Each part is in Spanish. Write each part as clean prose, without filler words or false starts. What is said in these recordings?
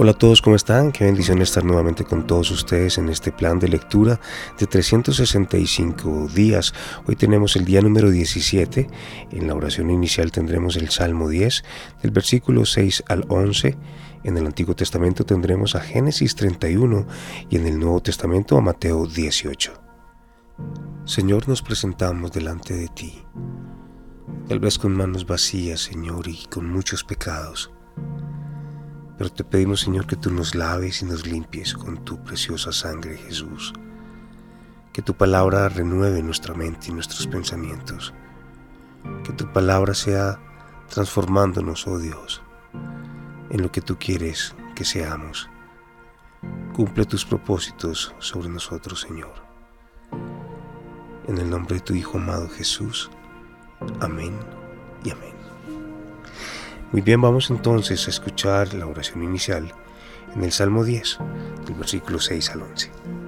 Hola a todos, ¿cómo están? Qué bendición estar nuevamente con todos ustedes en este plan de lectura de 365 días. Hoy tenemos el día número 17. En la oración inicial tendremos el Salmo 10, del versículo 6 al 11. En el Antiguo Testamento tendremos a Génesis 31 y en el Nuevo Testamento a Mateo 18. Señor, nos presentamos delante de ti, tal vez con manos vacías, Señor, y con muchos pecados. Pero te pedimos, Señor, que tú nos laves y nos limpies con tu preciosa sangre, Jesús. Que tu palabra renueve nuestra mente y nuestros pensamientos. Que tu palabra sea transformándonos, oh Dios, en lo que tú quieres que seamos. Cumple tus propósitos sobre nosotros, Señor. En el nombre de tu Hijo amado Jesús. Amén y amén. Muy bien, vamos entonces a escuchar la oración inicial en el Salmo 10, del versículo 6 al 11.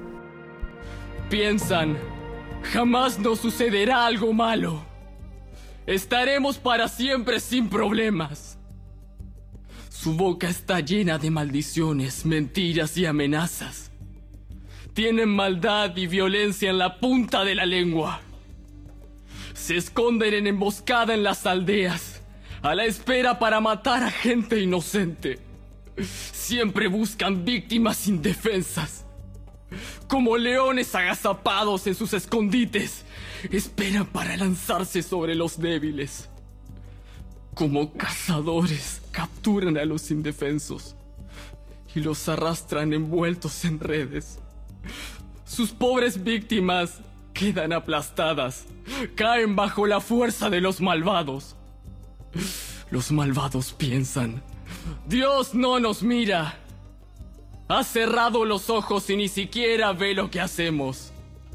Piensan, jamás nos sucederá algo malo. Estaremos para siempre sin problemas. Su boca está llena de maldiciones, mentiras y amenazas. Tienen maldad y violencia en la punta de la lengua. Se esconden en emboscada en las aldeas, a la espera para matar a gente inocente. Siempre buscan víctimas indefensas. Como leones agazapados en sus escondites, esperan para lanzarse sobre los débiles. Como cazadores, capturan a los indefensos y los arrastran envueltos en redes. Sus pobres víctimas quedan aplastadas, caen bajo la fuerza de los malvados. Los malvados piensan, Dios no nos mira. Ha cerrado los ojos y ni siquiera ve lo que hacemos.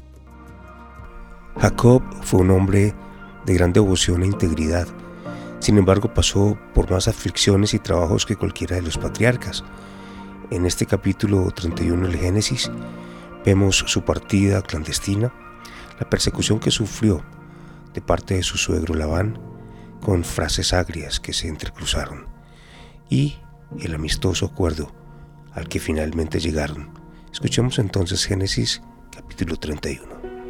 Jacob fue un hombre de gran devoción e integridad. Sin embargo, pasó por más aflicciones y trabajos que cualquiera de los patriarcas. En este capítulo 31 del Génesis vemos su partida clandestina, la persecución que sufrió de parte de su suegro Labán, con frases agrias que se entrecruzaron, y el amistoso acuerdo al que finalmente llegaron. Escuchemos entonces Génesis capítulo 31.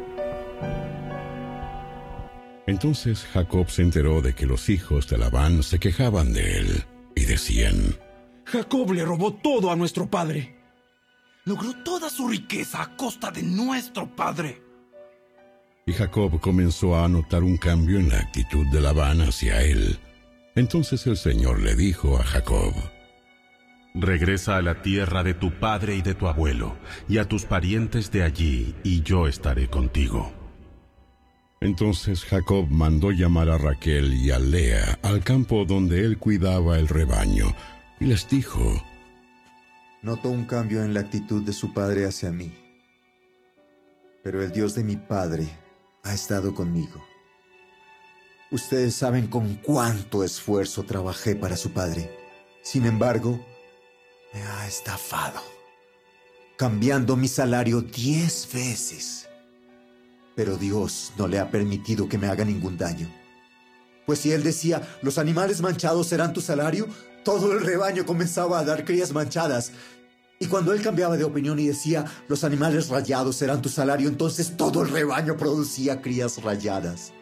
Entonces Jacob se enteró de que los hijos de Labán se quejaban de él y decían: Jacob le robó todo a nuestro padre. Logró toda su riqueza a costa de nuestro padre. Y Jacob comenzó a notar un cambio en la actitud de Labán hacia él. Entonces el Señor le dijo a Jacob: Regresa a la tierra de tu padre y de tu abuelo, y a tus parientes de allí, y yo estaré contigo. Entonces Jacob mandó llamar a Raquel y a Lea al campo donde él cuidaba el rebaño, y les dijo: Noto un cambio en la actitud de su padre hacia mí, pero el Dios de mi padre ha estado conmigo. Ustedes saben con cuánto esfuerzo trabajé para su padre. Sin embargo, me ha estafado, cambiando mi salario 10 veces. Pero Dios no le ha permitido que me haga ningún daño. Pues si él decía, los animales manchados serán tu salario, todo el rebaño comenzaba a dar crías manchadas. Y cuando él cambiaba de opinión y decía, los animales rayados serán tu salario, entonces todo el rebaño producía crías rayadas.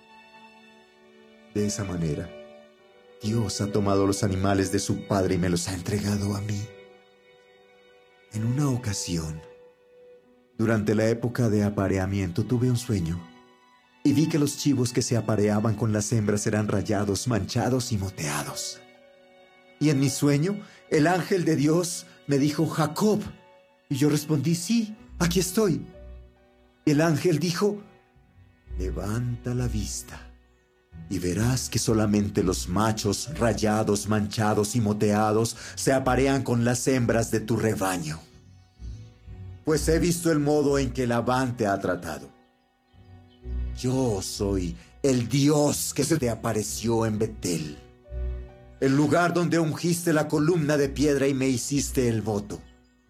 De esa manera, Dios ha tomado los animales de su padre y me los ha entregado a mí. En una ocasión, durante la época de apareamiento, tuve un sueño y vi que los chivos que se apareaban con las hembras eran rayados, manchados y moteados. Y en mi sueño, el ángel de Dios me dijo, Jacob. Y yo respondí, sí, aquí estoy. Y el ángel dijo, levanta la vista y verás que solamente los machos rayados, manchados y moteados se aparean con las hembras de tu rebaño. Pues he visto el modo en que Labán te ha tratado. Yo soy el Dios que se te apareció en Betel, el lugar donde ungiste la columna de piedra y me hiciste el voto.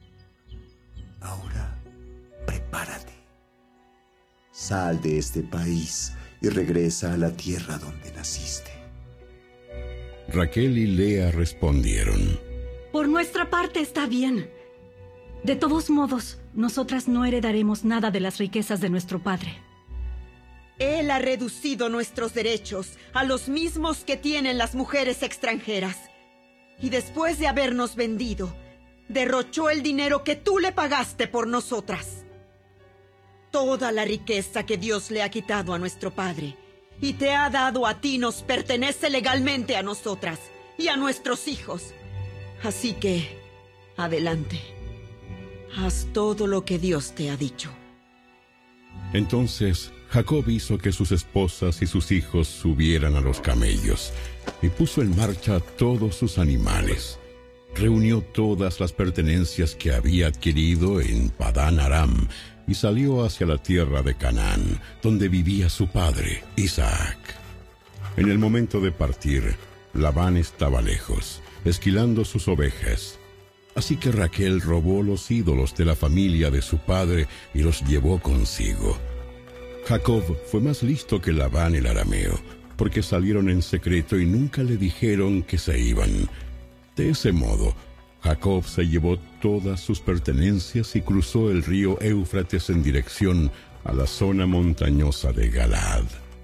Ahora, prepárate. Sal de este país y regresa a la tierra donde naciste. Raquel y Lea respondieron: Por nuestra parte está bien. De todos modos, nosotras no heredaremos nada de las riquezas de nuestro padre. Él ha reducido nuestros derechos a los mismos que tienen las mujeres extranjeras. Y después de habernos vendido, derrochó el dinero que tú le pagaste por nosotras. Toda la riqueza que Dios le ha quitado a nuestro padre y te ha dado a ti nos pertenece legalmente a nosotras y a nuestros hijos. Así que, adelante. Haz todo lo que Dios te ha dicho. Entonces Jacob hizo que sus esposas y sus hijos subieran a los camellos y puso en marcha todos sus animales. Reunió todas las pertenencias que había adquirido en Padán Aram y salió hacia la tierra de Canaán, donde vivía su padre, Isaac. En el momento de partir, Labán estaba lejos, esquilando sus ovejas. Así que Raquel robó los ídolos de la familia de su padre y los llevó consigo. Jacob fue más listo que Labán el arameo, porque salieron en secreto y nunca le dijeron que se iban. De ese modo, Jacob se llevó todas sus pertenencias y cruzó el río Éufrates en dirección a la zona montañosa de Galaad.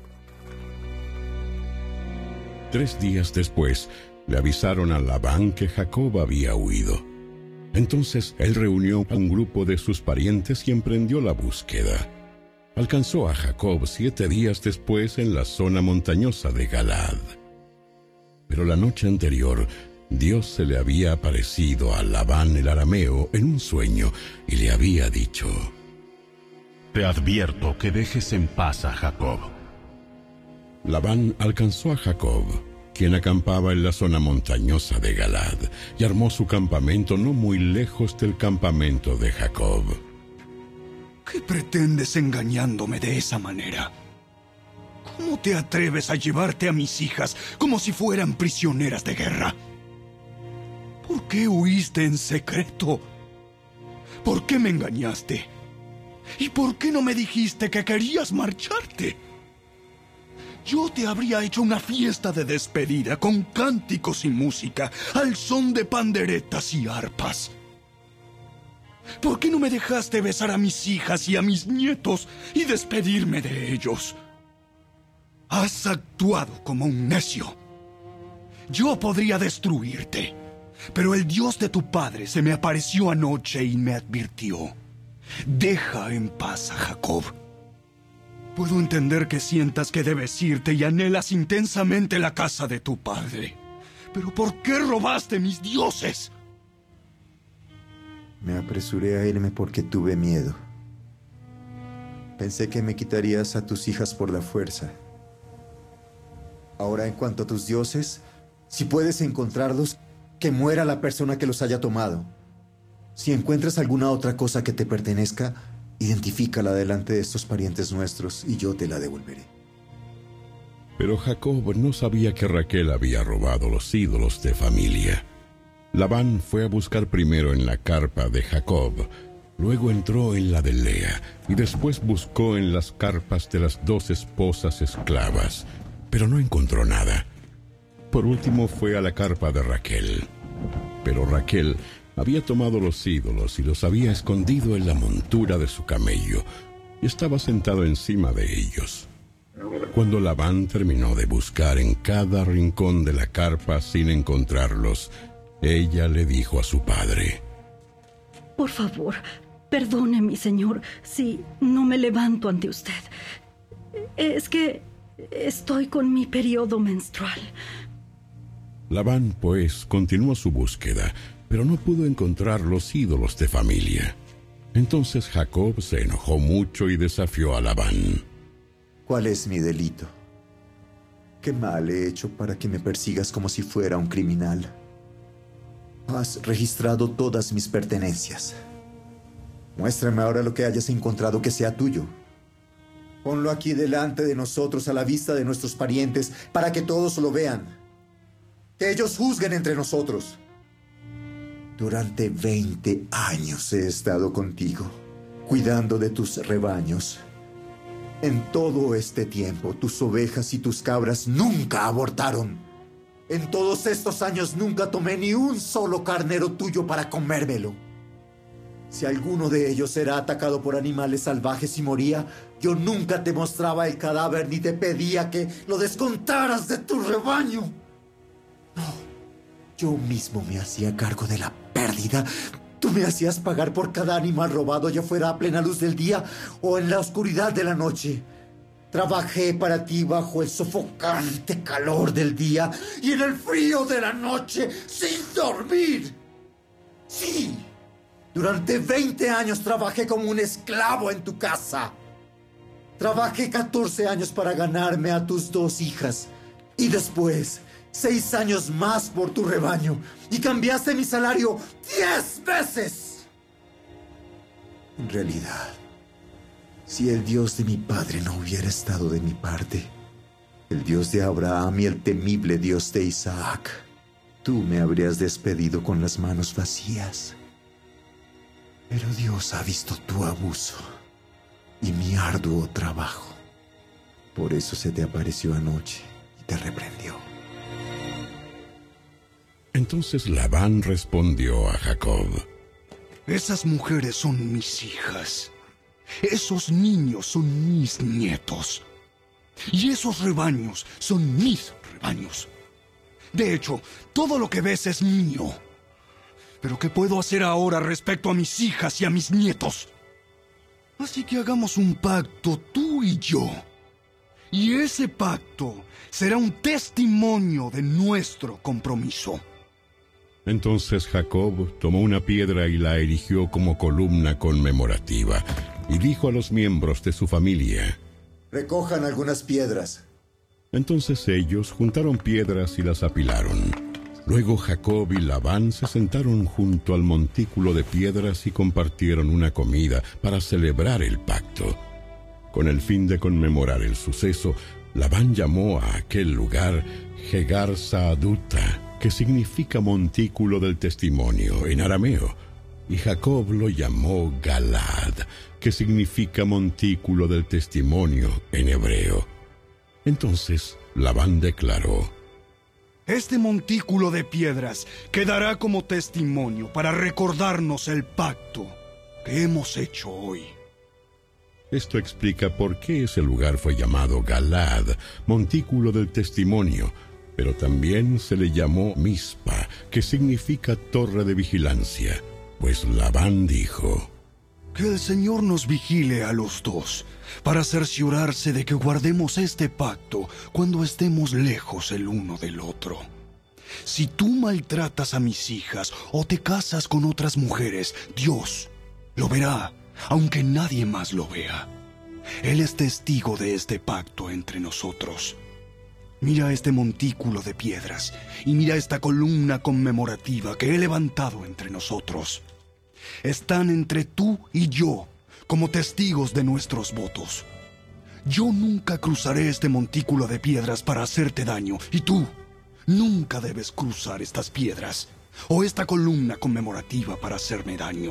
3 días después, le avisaron a Labán que Jacob había huido. Entonces él reunió a un grupo de sus parientes y emprendió la búsqueda. Alcanzó a Jacob 7 días después en la zona montañosa de Galaad. Pero la noche anterior, Dios se le había aparecido a Labán el arameo en un sueño y le había dicho: Te advierto que dejes en paz a Jacob. Labán alcanzó a Jacob, quien acampaba en la zona montañosa de Galaad, y armó su campamento no muy lejos del campamento de Jacob. ¿Qué pretendes engañándome de esa manera? ¿Cómo te atreves a llevarte a mis hijas como si fueran prisioneras de guerra? ¿Por qué huiste en secreto? ¿Por qué me engañaste? ¿Y por qué no me dijiste que querías marcharte? Yo te habría hecho una fiesta de despedida con cánticos y música, al son de panderetas y arpas. ¿Por qué no me dejaste besar a mis hijas y a mis nietos y despedirme de ellos? Has actuado como un necio. Yo podría destruirte, pero el Dios de tu padre se me apareció anoche y me advirtió: deja en paz a Jacob. Puedo entender que sientas que debes irte y anhelas intensamente la casa de tu padre. Pero ¿por qué robaste mis dioses? Me apresuré a irme porque tuve miedo. Pensé que me quitarías a tus hijas por la fuerza. Ahora, en cuanto a tus dioses, si puedes encontrarlos, que muera la persona que los haya tomado. Si encuentras alguna otra cosa que te pertenezca, identifícala delante de estos parientes nuestros y yo te la devolveré. Pero Jacob no sabía que Raquel había robado los ídolos de familia. Labán fue a buscar primero en la carpa de Jacob, luego entró en la de Lea y después buscó en las carpas de las 2 esposas esclavas, pero no encontró nada. Por último fue a la carpa de Raquel, pero Raquel había tomado los ídolos y los había escondido en la montura de su camello y estaba sentado encima de ellos. Cuando Labán terminó de buscar en cada rincón de la carpa sin encontrarlos, ella le dijo a su padre: Por favor, perdone, mi señor, si no me levanto ante usted. Es que estoy con mi periodo menstrual. Labán, pues, continuó su búsqueda, pero no pudo encontrar los ídolos de familia. Entonces Jacob se enojó mucho y desafió a Labán. ¿Cuál es mi delito? ¿Qué mal he hecho para que me persigas como si fuera un criminal? Has registrado todas mis pertenencias. Muéstrame ahora lo que hayas encontrado que sea tuyo. Ponlo aquí delante de nosotros a la vista de nuestros parientes para que todos lo vean. Que ellos juzguen entre nosotros. Durante 20 años he estado contigo, cuidando de tus rebaños. En todo este tiempo, tus ovejas y tus cabras nunca abortaron. En todos estos años nunca tomé ni un solo carnero tuyo para comérmelo. Si alguno de ellos era atacado por animales salvajes y moría, yo nunca te mostraba el cadáver ni te pedía que lo descontaras de tu rebaño. No, yo mismo me hacía cargo de la pérdida. Tú me hacías pagar por cada animal robado, ya fuera a plena luz del día o en la oscuridad de la noche. Trabajé para ti bajo el sofocante calor del día y en el frío de la noche sin dormir. Sí, durante 20 años trabajé como un esclavo en tu casa. Trabajé 14 años para ganarme a tus 2 hijas. Y después, 6 años más por tu rebaño. Y cambiaste mi salario 10 veces. En realidad, si el Dios de mi padre no hubiera estado de mi parte, el Dios de Abraham y el temible Dios de Isaac, tú me habrías despedido con las manos vacías. Pero Dios ha visto tu abuso y mi arduo trabajo. Por eso se te apareció anoche y te reprendió. Entonces Labán respondió a Jacob: Esas mujeres son mis hijas. Esos niños son mis nietos. Y esos rebaños son mis rebaños. De hecho, todo lo que ves es mío. Pero ¿qué puedo hacer ahora respecto a mis hijas y a mis nietos? Así que hagamos un pacto tú y yo. Y ese pacto será un testimonio de nuestro compromiso. Entonces Jacob tomó una piedra y la erigió como columna conmemorativa, y dijo a los miembros de su familia: recojan algunas piedras. Entonces ellos juntaron piedras y las apilaron. Luego Jacob y Labán se sentaron junto al montículo de piedras y compartieron una comida para celebrar el pacto. Con el fin de conmemorar el suceso, Labán llamó a aquel lugar Jegar Saaduta, que significa montículo del testimonio en arameo, y Jacob lo llamó Galad, que significa montículo del testimonio en hebreo. Entonces Labán declaró: este montículo de piedras quedará como testimonio para recordarnos el pacto que hemos hecho hoy. Esto explica por qué ese lugar fue llamado Galad, montículo del testimonio, pero también se le llamó Mizpa, que significa torre de vigilancia, pues Labán dijo: que el Señor nos vigile a los dos, para cerciorarse de que guardemos este pacto cuando estemos lejos el uno del otro. Si tú maltratas a mis hijas o te casas con otras mujeres, Dios lo verá, aunque nadie más lo vea. Él es testigo de este pacto entre nosotros. Mira este montículo de piedras y mira esta columna conmemorativa que he levantado entre nosotros. Están entre tú y yo como testigos de nuestros votos. Yo nunca cruzaré este montículo de piedras para hacerte daño, y tú nunca debes cruzar estas piedras o esta columna conmemorativa para hacerme daño.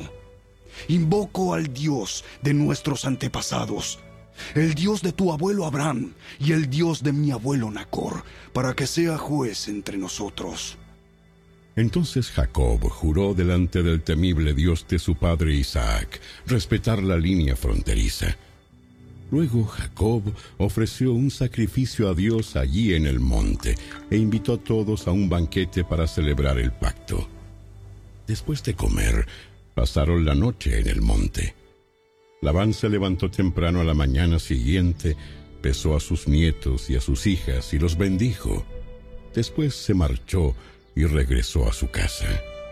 Invoco al Dios de nuestros antepasados, el Dios de tu abuelo Abraham y el Dios de mi abuelo Nacor, para que sea juez entre nosotros. Entonces Jacob juró delante del temible Dios de su padre Isaac respetar la línea fronteriza. Luego Jacob ofreció un sacrificio a Dios allí en el monte e invitó a todos a un banquete para celebrar el pacto. Después de comer, pasaron la noche en el monte. Labán se levantó temprano a la mañana siguiente, besó a sus nietos y a sus hijas y los bendijo. Después se marchó y regresó a su casa.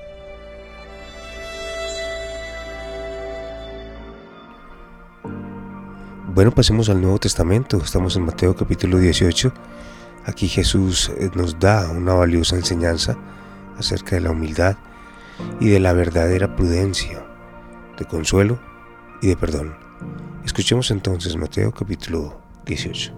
Bueno, pasemos al Nuevo Testamento. Estamos en Mateo capítulo 18. Aquí Jesús nos da una valiosa enseñanza acerca de la humildad y de la verdadera prudencia, de consuelo y de perdón. Escuchemos entonces Mateo capítulo 18.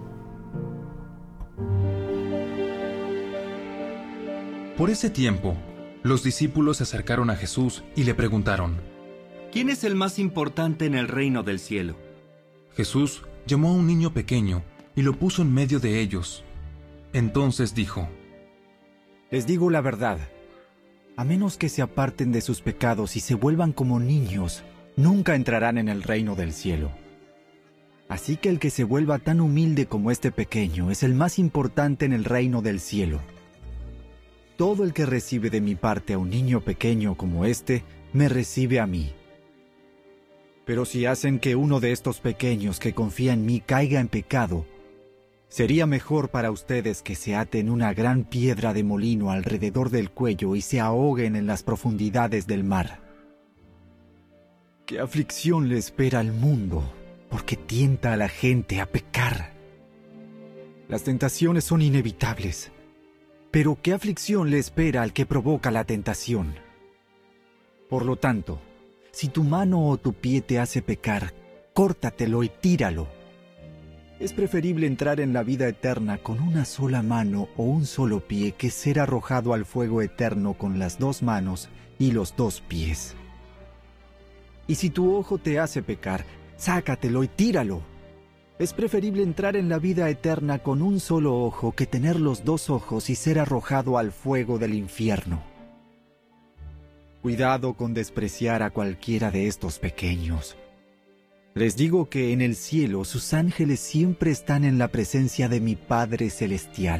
Por ese tiempo, los discípulos se acercaron a Jesús y le preguntaron: ¿quién es el más importante en el reino del cielo? Jesús llamó a un niño pequeño y lo puso en medio de ellos. Entonces dijo: Les digo la verdad, a menos que se aparten de sus pecados y se vuelvan como niños, nunca entrarán en el reino del cielo. Así que el que se vuelva tan humilde como este pequeño es el más importante en el reino del cielo. Todo el que recibe de mi parte a un niño pequeño como este, me recibe a mí. Pero si hacen que uno de estos pequeños que confía en mí caiga en pecado, sería mejor para ustedes que se aten una gran piedra de molino alrededor del cuello y se ahoguen en las profundidades del mar. ¿Qué aflicción le espera al mundo porque tienta a la gente a pecar? Las tentaciones son inevitables, pero ¿qué aflicción le espera al que provoca la tentación? Por lo tanto, si tu mano o tu pie te hace pecar, córtatelo y tíralo. Es preferible entrar en la vida eterna con una sola mano o un solo pie que ser arrojado al fuego eterno con las 2 manos y los 2 pies. Y si tu ojo te hace pecar, sácatelo y tíralo. Es preferible entrar en la vida eterna con un solo ojo que tener los 2 ojos y ser arrojado al fuego del infierno. Cuidado con despreciar a cualquiera de estos pequeños. Les digo que en el cielo sus ángeles siempre están en la presencia de mi Padre Celestial.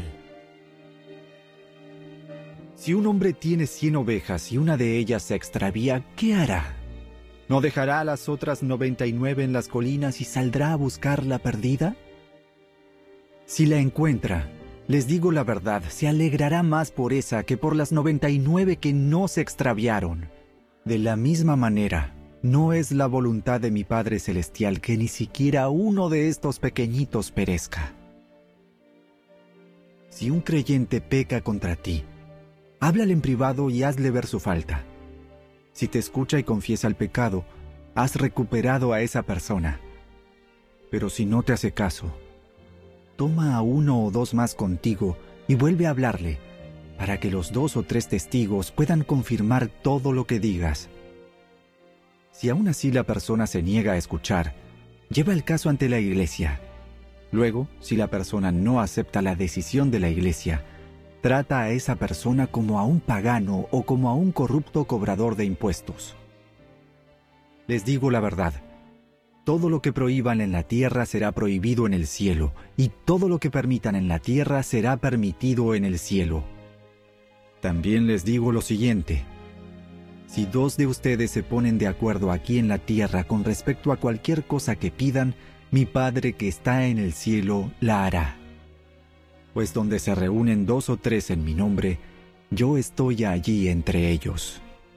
Si un hombre tiene 100 ovejas y una de ellas se extravía, ¿qué hará? ¿No dejará a las otras 99 en las colinas y saldrá a buscar la perdida? Si la encuentra, les digo la verdad, se alegrará más por esa que por las 99 que no se extraviaron. De la misma manera, no es la voluntad de mi Padre Celestial que ni siquiera uno de estos pequeñitos perezca. Si un creyente peca contra ti, háblale en privado y hazle ver su falta. Si te escucha y confiesa el pecado, has recuperado a esa persona. Pero si no te hace caso, toma a 1 o 2 más contigo y vuelve a hablarle, para que los 2 o 3 testigos puedan confirmar todo lo que digas. Si aún así la persona se niega a escuchar, lleva el caso ante la iglesia. Luego, si la persona no acepta la decisión de la iglesia, trata a esa persona como a un pagano o como a un corrupto cobrador de impuestos. Les digo la verdad. Todo lo que prohíban en la tierra será prohibido en el cielo, y todo lo que permitan en la tierra será permitido en el cielo. También les digo lo siguiente. Si 2 de ustedes se ponen de acuerdo aquí en la tierra con respecto a cualquier cosa que pidan, mi Padre que está en el cielo la hará. Pues donde se reúnen 2 o 3 en mi nombre, yo estoy allí entre ellos.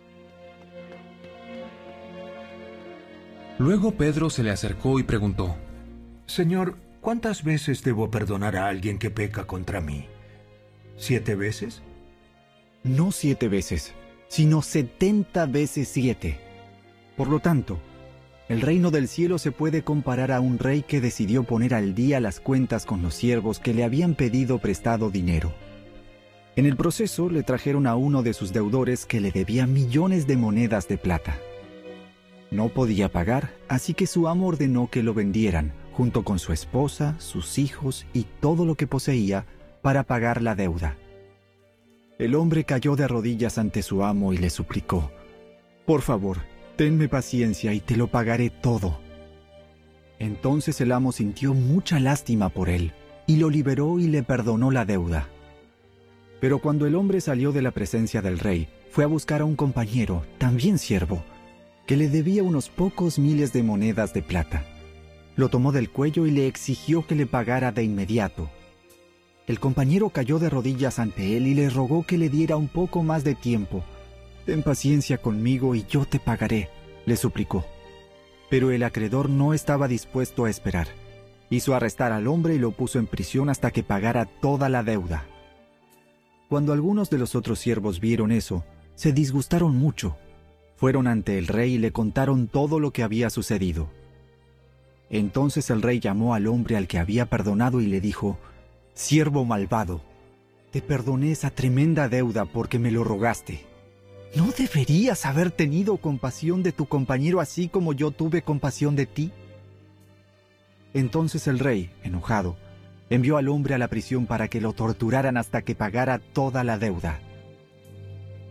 Luego Pedro se le acercó y preguntó: Señor, ¿cuántas veces debo perdonar a alguien que peca contra mí? ¿7 veces? No 7 veces, sino 70 veces 7. Por lo tanto, el reino del cielo se puede comparar a un rey que decidió poner al día las cuentas con los siervos que le habían pedido prestado dinero. En el proceso le trajeron a uno de sus deudores que le debía millones de monedas de plata. No podía pagar, así que su amo ordenó que lo vendieran, junto con su esposa, sus hijos y todo lo que poseía, para pagar la deuda. El hombre cayó de rodillas ante su amo y le suplicó: «Por favor, tenme paciencia y te lo pagaré todo». Entonces el amo sintió mucha lástima por él, y lo liberó y le perdonó la deuda. Pero cuando el hombre salió de la presencia del rey, fue a buscar a un compañero, también siervo, que le debía unos pocos miles de monedas de plata. Lo tomó del cuello y le exigió que le pagara de inmediato. El compañero cayó de rodillas ante él y le rogó que le diera un poco más de tiempo. «Ten paciencia conmigo y yo te pagaré», le suplicó. Pero el acreedor no estaba dispuesto a esperar. Hizo arrestar al hombre y lo puso en prisión hasta que pagara toda la deuda. Cuando algunos de los otros siervos vieron eso, se disgustaron mucho. Fueron ante el rey y le contaron todo lo que había sucedido. Entonces el rey llamó al hombre al que había perdonado y le dijo: «Siervo malvado, te perdoné esa tremenda deuda porque me lo rogaste. ¿No deberías haber tenido compasión de tu compañero así como yo tuve compasión de ti?» Entonces el rey, enojado, envió al hombre a la prisión para que lo torturaran hasta que pagara toda la deuda.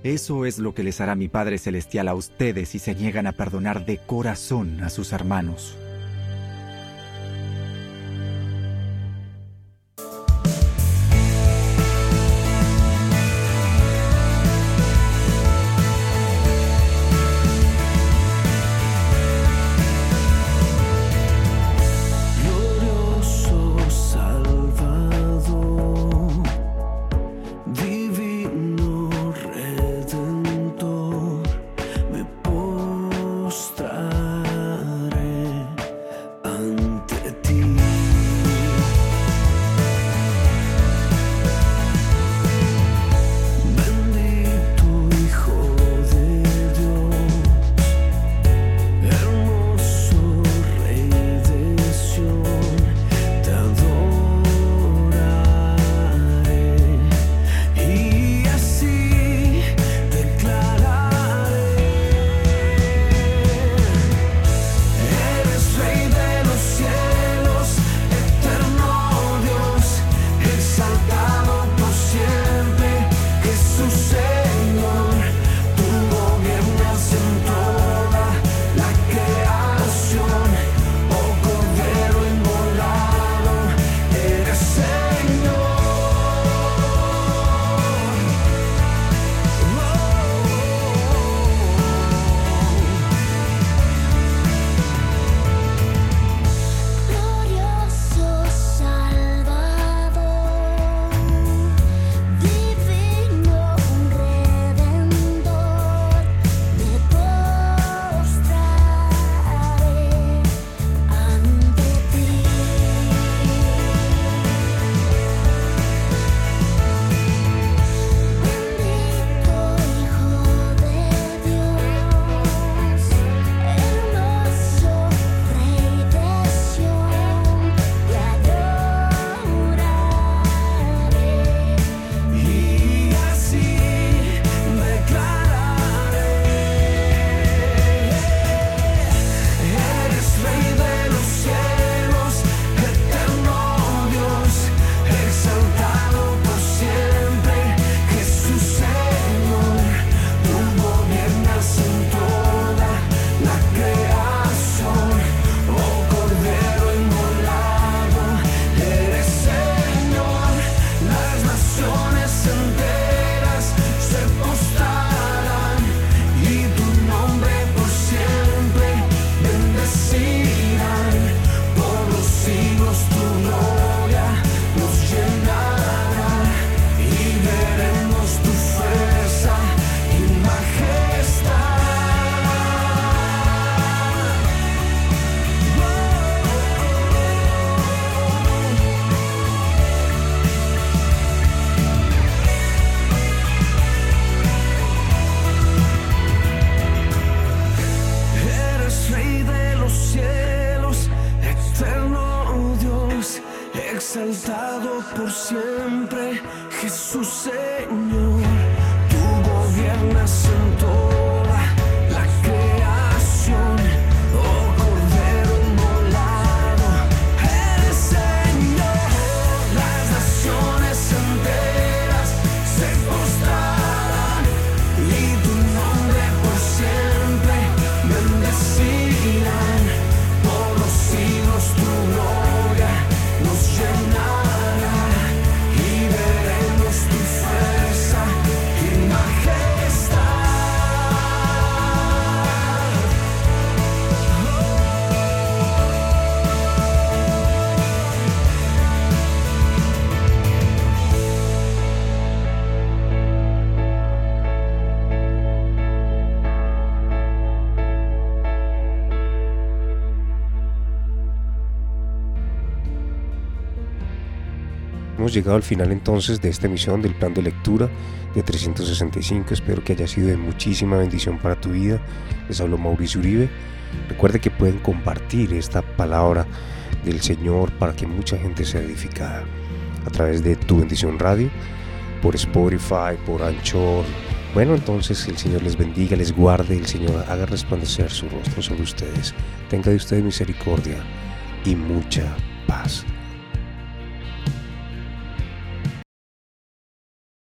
Eso es lo que les hará mi Padre Celestial a ustedes si se niegan a perdonar de corazón a sus hermanos. exaltado por siempre, Jesús Señor. Tú gobiernas en toda la creación, oh Cordero inmolado, eres Señor. Las naciones enteras se postrarán y tu nombre por siempre bendecirán. Por los siglos tu gloria nos llenará y veremos tu fuerza y majestad. Hemos llegado al final entonces de esta emisión del plan de lectura de 365. Espero que haya sido de muchísima bendición para tu vida. Les habló Mauricio Uribe. Recuerde que pueden compartir esta palabra del Señor para que mucha gente sea edificada a través de Tu Bendición Radio, por Spotify, por Anchor. Bueno, entonces el Señor les bendiga, les guarde, el Señor haga resplandecer su rostro sobre ustedes, tenga de ustedes misericordia y mucha paz.